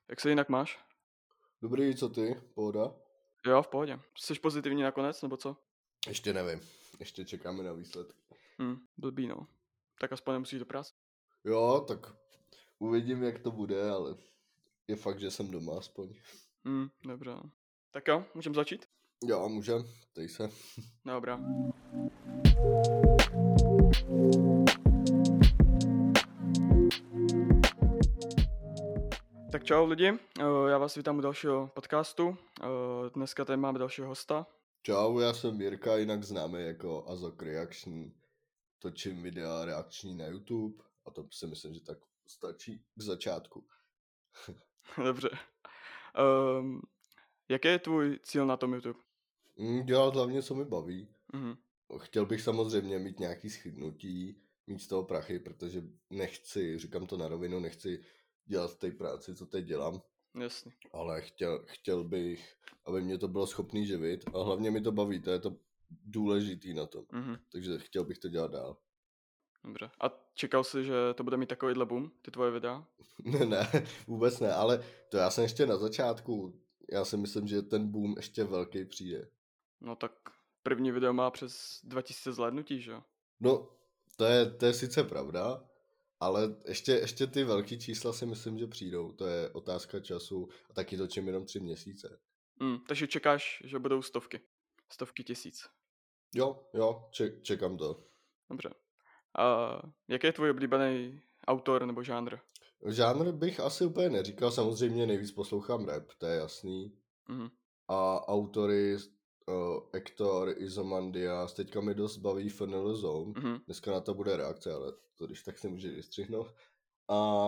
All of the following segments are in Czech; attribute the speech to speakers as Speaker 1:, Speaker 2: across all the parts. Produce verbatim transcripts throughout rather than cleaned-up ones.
Speaker 1: Jak se jinak máš?
Speaker 2: Dobrý, co ty? Pohoda?
Speaker 1: Jo, v pohodě. Jsi pozitivní nakonec, nebo co?
Speaker 2: Ještě nevím. Ještě čekáme na výsledky.
Speaker 1: Hm, blbý no. Tak aspoň nemusíš do práce.
Speaker 2: Jo, tak uvidím, jak to bude, ale je fakt, že jsem doma aspoň.
Speaker 1: Hm, dobře no. Tak jo, můžeme začít?
Speaker 2: Jo, můžem. Tej se.
Speaker 1: Dobrá. Tak čau lidi, eh, já vás vítám u dalšího podcastu. Eh, Dneska tady máme dalšího hosta.
Speaker 2: Čau, já jsem Jirka, jinak známý jako Azok Reaction. Točím videa reakční na YouTube a to si myslím, že tak stačí k začátku.
Speaker 1: Dobře. Um, jaký je tvůj cíl na tom YouTube?
Speaker 2: Mm, dělat hlavně, co mi baví.
Speaker 1: Mhm.
Speaker 2: Chtěl bych samozřejmě mít nějaký schytnutí, mít z toho prachy, protože nechci, říkám to na rovinu, nechci dělat té práci, co teď dělám.
Speaker 1: Jasně.
Speaker 2: Ale chtěl, chtěl bych, aby mě to bylo schopný živit a hlavně mi to baví, to je to důležitý na tom.
Speaker 1: Mhm.
Speaker 2: Takže chtěl bych to dělat dál.
Speaker 1: Dobře. A čekal jsi, že to bude mít takovýhle boom, ty tvoje videa?
Speaker 2: Ne, ne, vůbec ne, ale to já jsem ještě na začátku. Já si myslím, že ten boom ještě velký přijde.
Speaker 1: No tak první video má přes dva tisíce zhlédnutí, že jo?
Speaker 2: No, to je, to je sice pravda, ale ještě, ještě ty velký čísla si myslím, že přijdou. To je otázka času a taky točím jenom tři měsíce.
Speaker 1: Mm, takže čekáš, že budou stovky. Stovky tisíc.
Speaker 2: Jo, jo, ček, čekám to.
Speaker 1: Dobře. A jaký je tvůj oblíbený autor nebo žánr?
Speaker 2: Žánr bych asi úplně neříkal, samozřejmě nejvíc poslouchám rap, to je jasný.
Speaker 1: Mhm.
Speaker 2: A autory uh, Ektor, Izomandias, teďka mi dost baví F N L Zone.
Speaker 1: Mhm.
Speaker 2: Dneska na to bude reakce, ale to když tak si může vystřihnout. A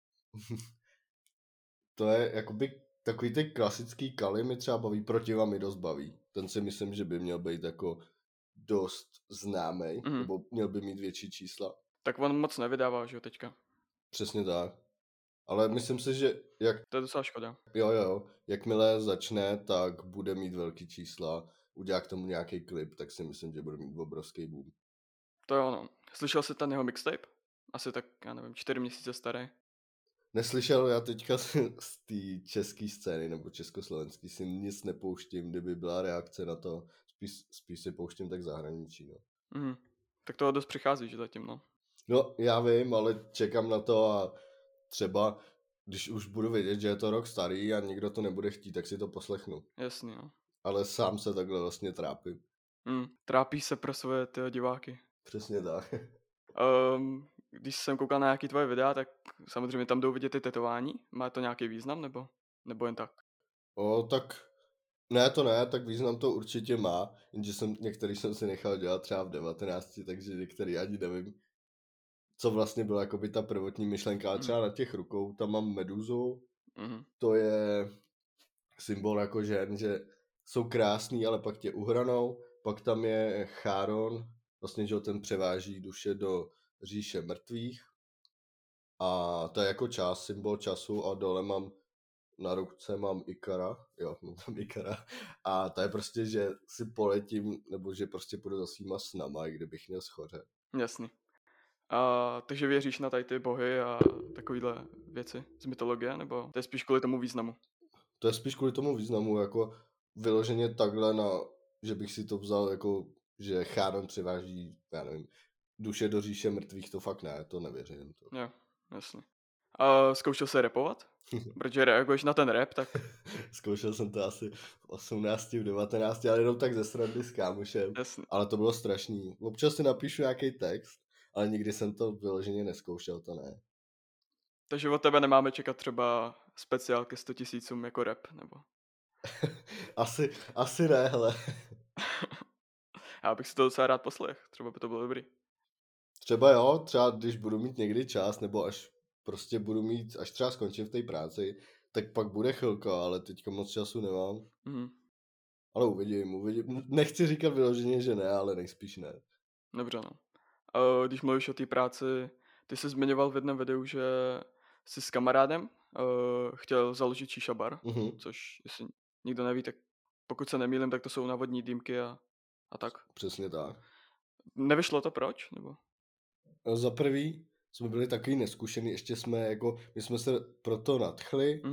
Speaker 2: to je jakoby takový ty klasický Kali mi třeba baví, Protiva mi dost baví. Ten si myslím, že by měl být jako dost známý,
Speaker 1: Mhm.
Speaker 2: nebo měl by mít větší čísla.
Speaker 1: Tak on moc nevydává, že jo, teďka.
Speaker 2: Přesně tak. Ale myslím si, že jak
Speaker 1: To je docela škoda.
Speaker 2: Jo, jo, jakmile začne, tak bude mít velký čísla, udělá k tomu nějaký klip, tak si myslím, že bude mít obrovský boom.
Speaker 1: To je ono. Slyšel jsi ten jeho mixtape? Asi tak, já nevím, čtyři měsíce starý.
Speaker 2: Neslyšel, já teďka z z té české scény nebo československý si nic nepouštím, kdyby byla reakce na to, spíš, spíš si pouštím tak zahraničí, no.
Speaker 1: Mhm. Tak toho dost přichází, že zatím, no.
Speaker 2: No, já vím, ale čekám na to a třeba, když už budu vědět, že je to rok starý a nikdo to nebude chtít, tak si to poslechnu.
Speaker 1: Jasně, no.
Speaker 2: Ale sám se takhle vlastně trápím.
Speaker 1: Mm. Trápí se pro svoje tyho diváky.
Speaker 2: Přesně tak.
Speaker 1: Um, když jsem koukal na nějaký tvoje videa, tak samozřejmě tam jdou vidět ty tetování. Má to nějaký význam, nebo, nebo jen tak?
Speaker 2: O, tak ne, to ne, tak význam to určitě má, jenže jsem, některý jsem si nechal dělat třeba v devatenácti, takže některý ani nevím, co vlastně byla jakoby ta prvotní myšlenka, ale třeba na těch rukou, tam mám meduzu,
Speaker 1: Mhm.
Speaker 2: to je symbol jako žen, že jsou krásný, ale pak tě uhranou, pak tam je Cháron, vlastně, že ten převáží duše do říše mrtvých a to je jako čas, symbol času a dole mám na ruce mám Ikara, jo, mám tam Ikara a to je prostě, že si poletím, nebo že prostě půjdu za svýma snama, i kdybych měl schoře.
Speaker 1: Jasný. A, takže věříš na tady ty bohy a takovýhle věci z mytologie, nebo to je spíš kvůli tomu významu?
Speaker 2: To je spíš kvůli tomu významu, jako vyloženě takhle na, že bych si to vzal jako, že Cháron převáží, já nevím, duše do říše mrtvých, to fakt ne, to nevěřím. To.
Speaker 1: Jo, jasně. A zkoušel se rapovat? Protože reaguješ na ten rap, tak
Speaker 2: Zkoušel jsem to asi v osmnácti, v devatenácti, ale jenom tak ze srandy s kámošem.
Speaker 1: jasně.
Speaker 2: Ale to bylo strašný. Občas si napíšu nějaký text, ale nikdy jsem to vyloženě neskoušel, to ne.
Speaker 1: Takže od tebe nemáme čekat třeba speciál ke sto tisícům jako rap, nebo?
Speaker 2: asi, asi ne, hele.
Speaker 1: Já bych si to docela rád poslech, třeba by to bylo dobrý.
Speaker 2: Třeba jo, třeba když budu mít někdy čas, nebo až prostě budu mít, až třeba skončím v té práci, tak pak bude chvilka, ale teďka moc času nemám.
Speaker 1: Mhm.
Speaker 2: Ale uvidím, uvidím. Nechci říkat vyloženě, že ne, ale nejspíš ne.
Speaker 1: Dobře, no. A když mluvíš o té práci, ty jsi zmiňoval v jednom videu, že jsi s kamarádem uh, chtěl založit šíša bar,
Speaker 2: Mhm,
Speaker 1: což jestli nikdo neví, tak pokud se nemýlím, tak to jsou na vodní dýmky a, a tak.
Speaker 2: přesně tak.
Speaker 1: Nevyšlo to proč? Nebo?
Speaker 2: Za prvý jsme byli takový neskušený, ještě jsme jako, my jsme se proto nadchli,
Speaker 1: Mhm.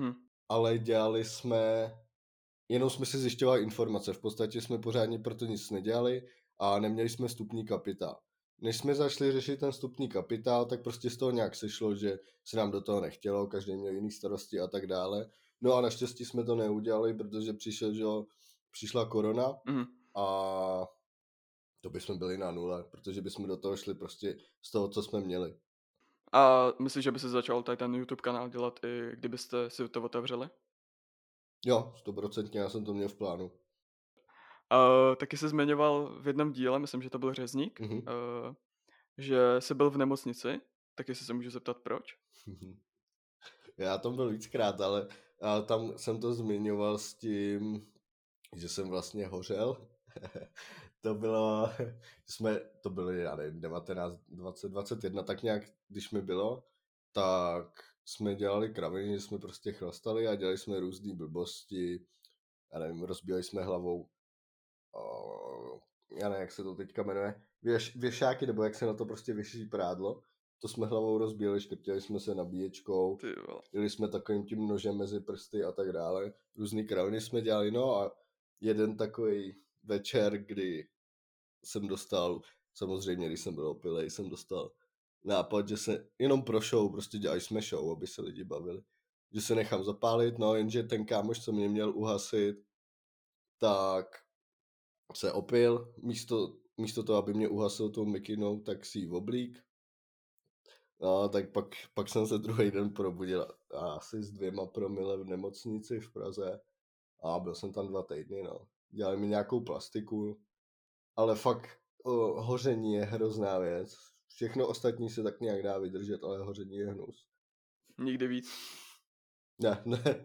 Speaker 2: ale dělali jsme, jenom jsme si zjišťovali informace, v podstatě jsme pořádně proto nic nedělali a neměli jsme vstupní kapitál. Než jsme začali řešit ten vstupní kapitál, tak prostě z toho nějak sešlo, že se nám do toho nechtělo, každý měl jiný starosti a tak dále. No a naštěstí jsme to neudělali, protože přišel, že jo, přišla korona
Speaker 1: Mhm.
Speaker 2: a to bychom byli na nule, protože bychom do toho šli prostě z toho, co jsme měli.
Speaker 1: A myslíš, že by se začal tady ten YouTube kanál dělat, i kdybyste si to otevřeli?
Speaker 2: Jo, stoprocentně, já jsem to měl v plánu.
Speaker 1: Uh, taky se zmiňoval v jednom díle, myslím, že to byl Řezník,
Speaker 2: Mhm.
Speaker 1: uh, že jsi byl v nemocnici, tak jestli se můžu zeptat proč?
Speaker 2: Já tam byl víckrát, ale, ale tam jsem to zmiňoval s tím, že jsem vlastně hořel. To bylo, jsme, to byly, já nevím, devatenáct, dvacet, dvacet jedna, tak nějak, když mi bylo, tak jsme dělali kraviny, že jsme prostě chlastali a dělali jsme různý blbosti, já nevím, rozbíjeli jsme hlavou, o, já nevím, jak se to teďka jmenuje, Věš, věšáky, nebo jak se na to prostě věší prádlo, to jsme hlavou rozbíjeli, škrtili jsme se nabíječkou,
Speaker 1: Ty vole.
Speaker 2: jeli jsme takovým tím nožem mezi prsty a tak dále, různý kraviny jsme dělali, no a jeden takový večer, kdy jsem dostal, samozřejmě, když jsem byl opilej, jsem dostal nápad, že se jenom pro show, prostě dělali jsme show, aby se lidi bavili, že se nechám zapálit, no jenže ten kámoš, co mě měl uhasit, tak se opil, místo, místo toho, aby mě uhasil tou mikinou, tak si ji oblík. No, tak pak, pak jsem se druhý den probudil asi s dvěma promile v nemocnici v Praze a byl jsem tam dva týdny, no. Dělali mi nějakou plastiku, ale fakt o, hoření je hrozná věc. Všechno ostatní se tak nějak dá vydržet, ale hoření je hnus.
Speaker 1: Nikdy víc.
Speaker 2: Ne, ne.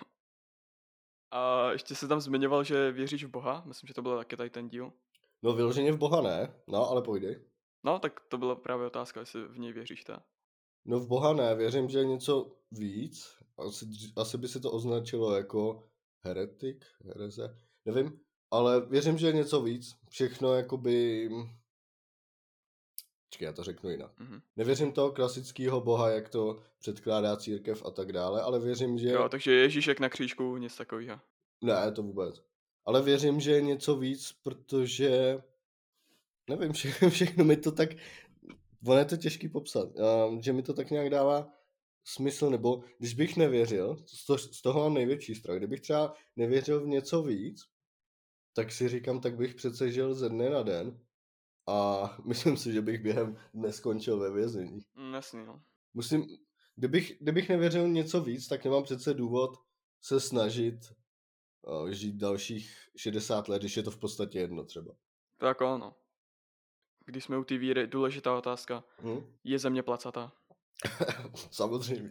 Speaker 1: A ještě se tam zmiňoval, že věříš v Boha, myslím, že to byl taky tady ten díl.
Speaker 2: No vyloženě v Boha ne, no ale pojdi.
Speaker 1: No, tak to byla právě otázka, jestli v něj věříš ta.
Speaker 2: No v Boha ne, věřím, že je něco víc. Asi, asi by se to označilo jako heretik, hereze, nevím. Ale věřím, že je něco víc. Všechno jakoby... Počkej, já to řeknu jinak.
Speaker 1: Mhm.
Speaker 2: Nevěřím toho klasického Boha, jak to předkládá církev a tak dále, ale věřím, že...
Speaker 1: Jo, takže Ježíšek na křížku, nic takového.
Speaker 2: Ne, to vůbec. Ale věřím, že je něco víc, protože... Nevím, všechno, všechno mi to tak... Ono je to těžký popsat, uh, že mi to tak nějak dává smysl, nebo když bych nevěřil, z, to, z toho mám největší strach, kdybych třeba nevěřil v něco víc, tak si říkám, tak bych přece žil ze dne na den a myslím si, že bych během dne skončil ve vězení.
Speaker 1: Mm, jasný, no.
Speaker 2: Musím, kdybych, kdybych nevěřil něco víc, tak nemám přece důvod se snažit uh, žít dalších šedesát let, když je to v podstatě jedno třeba.
Speaker 1: To jako ano. Když jsme u té víry, důležitá otázka.
Speaker 2: Hm?
Speaker 1: Je země placatá?
Speaker 2: Samozřejmě.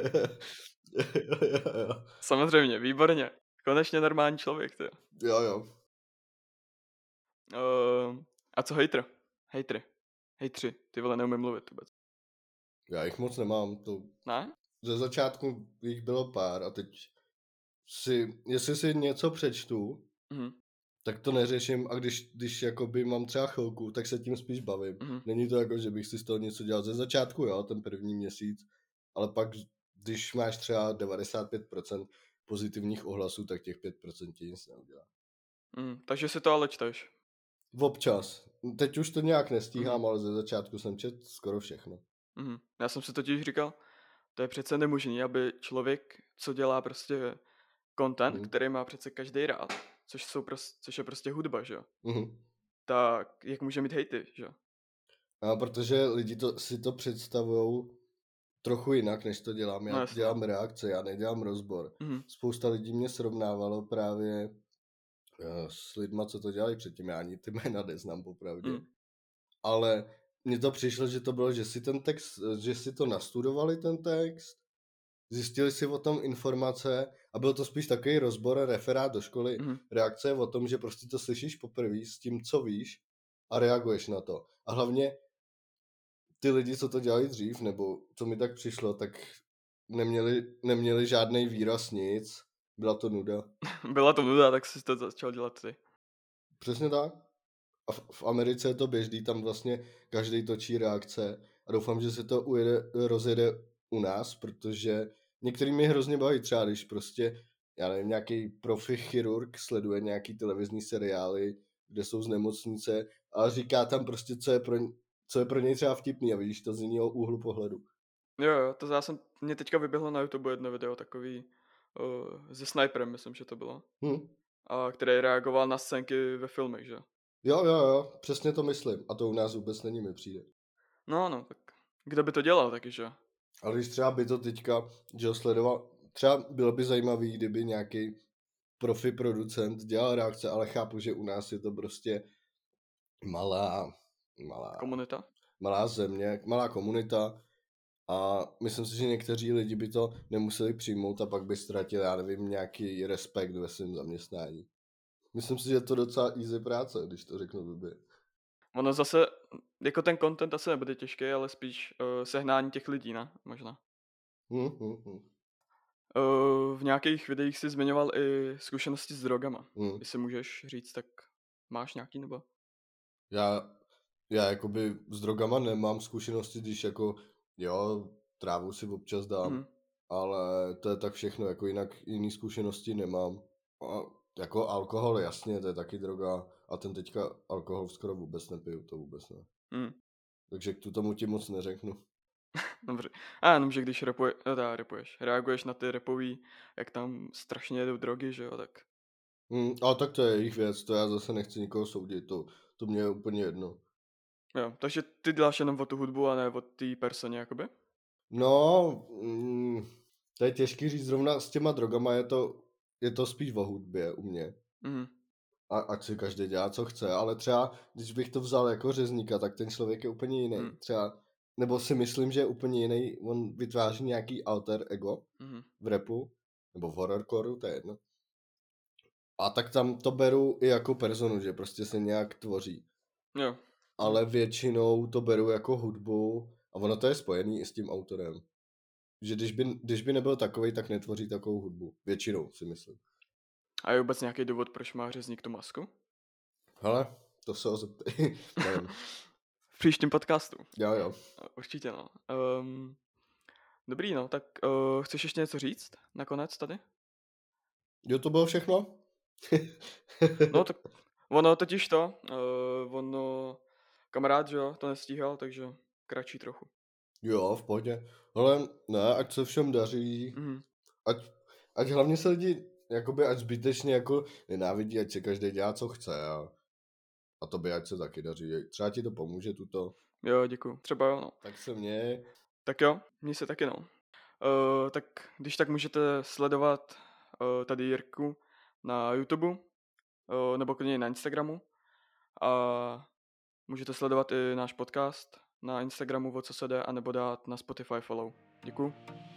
Speaker 1: Samozřejmě, výborně. Konečně normální člověk, ty.
Speaker 2: Jo, jo.
Speaker 1: Uh, a co hejtr? Hejtry. Hejtři, ty vole, neumím mluvit vůbec.
Speaker 2: Já jich moc nemám, to
Speaker 1: Ne?
Speaker 2: ze začátku jich bylo pár a teď si, jestli si něco přečtu,
Speaker 1: Mhm.
Speaker 2: tak to neřeším a když, když jakoby mám třeba chvilku, tak se tím spíš bavím.
Speaker 1: Mhm.
Speaker 2: Není to jako, že bych si z toho něco dělal ze začátku, jo, ten první měsíc, ale pak, když máš třeba devadesát pět procent pozitivních ohlasů, tak těch pět procent ti nic neudělá.
Speaker 1: Mhm. Takže si to ale čteš.
Speaker 2: Občas. Teď už to nějak nestíhám,
Speaker 1: Mhm.
Speaker 2: ale ze začátku jsem četl skoro všechno.
Speaker 1: Mhm. Já jsem si totiž říkal, to je přece nemožný, aby člověk, co dělá prostě content,
Speaker 2: Mhm.
Speaker 1: který má přece každý rád, což, jsou prostě, což je prostě hudba, že jo,
Speaker 2: Mhm.
Speaker 1: tak jak může mít hejty, že jo?
Speaker 2: A protože lidi to, si to představují trochu jinak, než to dělám.
Speaker 1: No
Speaker 2: Já
Speaker 1: jasně.
Speaker 2: dělám reakce, já nedělám rozbor.
Speaker 1: Mhm.
Speaker 2: Spousta lidí mě srovnávalo právě uh, s lidma, co to dělají předtím. Já ani ty jména neznám popravdě.
Speaker 1: Mhm.
Speaker 2: Ale mně to přišlo, že to bylo, že si ten text, že si to nastudovali ten text, zjistili si o tom informace a byl to spíš takový rozbor, referát do školy.
Speaker 1: Mhm.
Speaker 2: Reakce o tom, že prostě to slyšíš poprvé s tím, co víš a reaguješ na to. A hlavně ty lidi, co to dělali dřív, nebo co mi tak přišlo, tak neměli, neměli žádný výraz, nic. Byla to nuda.
Speaker 1: Byla to nuda, tak jsi to začal dělat ty.
Speaker 2: Přesně tak. A v, v Americe je to běžný, tam vlastně každý točí reakce a doufám, že se to ujede, rozjede u nás, protože některý mě hrozně baví, třeba když prostě, já nevím, nějaký profi chirurg sleduje nějaký televizní seriály, kde jsou z nemocnice a říká tam prostě, co je pro, co je pro něj třeba vtipný a vidíš to z jiného úhlu pohledu.
Speaker 1: Jo, jo, to já jsem, mě teďka vyběhlo na YouTube jedno video takový uh, se Sniperem, myslím, že to bylo.
Speaker 2: Hm.
Speaker 1: A který reagoval na scénky ve filmech, že?
Speaker 2: Jo, jo, jo, přesně to myslím. A to u nás vůbec není, mi přijde.
Speaker 1: No, no, tak kdo by to dělal taky, že?
Speaker 2: Ale když třeba by to teďka, že ho sledoval, třeba bylo by zajímavý, kdyby nějaký profi producent dělal reakce, ale chápu, že u nás je to prostě malá, malá,
Speaker 1: Komunita.
Speaker 2: malá země, malá komunita a myslím si, že někteří lidi by to nemuseli přijmout a pak by ztratili, já nevím, nějaký respekt ve svém zaměstnání. Myslím si, že je to docela easy práce, když to řeknu blbě.
Speaker 1: Ono zase, jako ten content asi nebude těžký, ale spíš uh, sehnání těch lidí, ne? Možná.
Speaker 2: Hm, hm, hm.
Speaker 1: Uh, v nějakých videích si zmiňoval i zkušenosti s drogama.
Speaker 2: Hm.
Speaker 1: Jestli můžeš říct, tak máš nějaký nebo?
Speaker 2: Já, já jakoby s drogama nemám zkušenosti, když jako, jo, trávu si občas dám,
Speaker 1: Mhm.
Speaker 2: ale to je tak všechno, jako jinak jiný zkušenosti nemám. A jako alkohol, jasně, to je taky droga a ten teďka alkohol skoro vůbec nepiju, to vůbec ne.
Speaker 1: Mm.
Speaker 2: Takže k tu tomu ti moc neřeknu.
Speaker 1: Dobře. A jenom, že když rapuje, no, teda rapuješ, reaguješ na ty rapový, jak tam strašně jedou drogy, že jo, tak
Speaker 2: Hmm, ale tak to je jejich věc, to já zase nechci nikoho soudit, to, to mě je úplně jedno.
Speaker 1: jo. Takže ty děláš jenom o tu hudbu a ne o té personě, jakoby?
Speaker 2: No, mm, to je těžký říct, zrovna s těma drogama je to, je to spíš o hudbě u mě.
Speaker 1: Mhm.
Speaker 2: A ať si každý dělá, co chce, ale třeba, když bych to vzal jako řezníka, tak ten člověk je úplně jiný.
Speaker 1: Mm.
Speaker 2: Třeba, nebo si myslím, že je úplně jiný, on vytváří nějaký alter ego
Speaker 1: Mhm.
Speaker 2: v rapu, nebo v horrorcoreu, to je jedno. A tak tam to beru i jako personu, že prostě se nějak tvoří.
Speaker 1: Jo.
Speaker 2: Ale většinou to beru jako hudbu a ono to je spojený i s tím autorem. Že když by, když by nebyl takovej, tak netvoří takovou hudbu. Většinou si myslím.
Speaker 1: A je vůbec nějaký důvod, proč má řezník tu masku?
Speaker 2: Hele, to se ho zeptej. Nevím.
Speaker 1: V příštím podcastu.
Speaker 2: Jo, jo.
Speaker 1: Určitě, no. Um, dobrý, no, tak uh, chceš ještě něco říct nakonec tady?
Speaker 2: Jo, to bylo všechno?
Speaker 1: No, tak ono totiž to, uh, ono, kamarád, že jo, to nestíhal, takže kratší trochu.
Speaker 2: Jo, v pohodě. Ale ne, ať se všem daří.
Speaker 1: Mhm.
Speaker 2: Ať, ať hlavně se lidi, jakoby, ať zbytečně jako nenávidí, ať se každý dělá, co chce. A, a tobě ať se taky daří. Třeba ti to pomůže tuto.
Speaker 1: Jo, děkuju. Třeba jo, no.
Speaker 2: Tak se mě.
Speaker 1: Tak jo, mně se taky, no. Uh, tak když tak můžete sledovat uh, tady Jirku na YouTube, uh, nebo klidně na Instagramu. A můžete sledovat i náš podcast na Instagramu, o co se jde, anebo dát na Spotify follow. Děkuju.